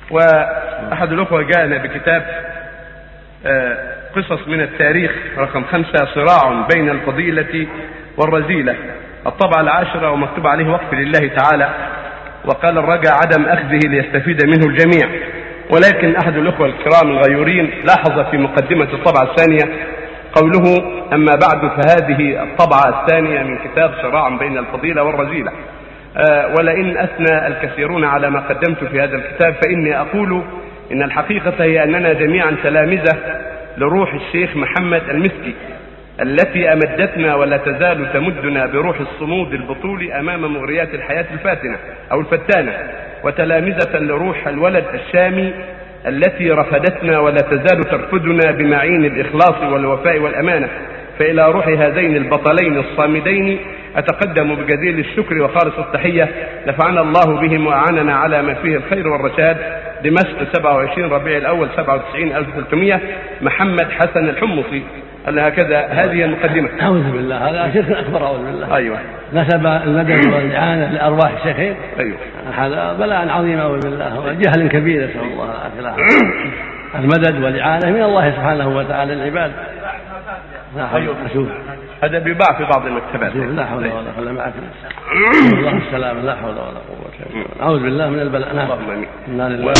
وأحد الأخوة جاءنا بكتاب قصص من التاريخ رقم 5 صراع بين الفضيلة والرذيلة، الطبعة 10 ومكتوب عليه وقف لله تعالى، وقال الرجاء عدم أخذه ليستفيد منه الجميع. ولكن أحد الأخوة الكرام الغيورين لاحظ في مقدمة الطبعة الثانية قوله: أما بعد فهذه الطبعة الثانية من كتاب صراع بين الفضيلة والرذيلة. ولئن أثنى الكثيرون على ما قدمت في هذا الكتاب فإني أقول إن الحقيقة هي أننا جميعا تلامذة لروح الشيخ محمد المسكي التي أمدتنا ولا تزال تمدنا بروح الصمود البطولي أمام مغريات الحياة الفاتنة أو الفتانة، وتلامذة لروح الولد الشامي التي رفدتنا ولا تزال ترفدنا بمعين الإخلاص والوفاء والأمانة. فإلى روح هذين البطلين الصامدين أتقدم بجزيل الشكر وخالص التحية، نفعنا الله بهم وأعاننا على ما فيه الخير والرشاد. دمشق 27 ربيع الأول 97 محمد حسن الحمصي. قال هكذا هذه المقدمة. أعوذ بالله، هذا شرك أكبر. أعوذ بالله. أيوة. نسب المدد والإعانة لأرواح الشيخين. أيوة. هذا بلاء عظيم. أعوذ بالله، وجهل كبير، نسأل الله العافية. المدد والإعانة من الله سبحانه وتعالى للعباد. أيوة. هذا بيباع في بعض المكتبات. لا حول ولا قوة معك. الله السلام، لا حول ولا قوة. أعوذ بالله من البلاء. اللهم آمين.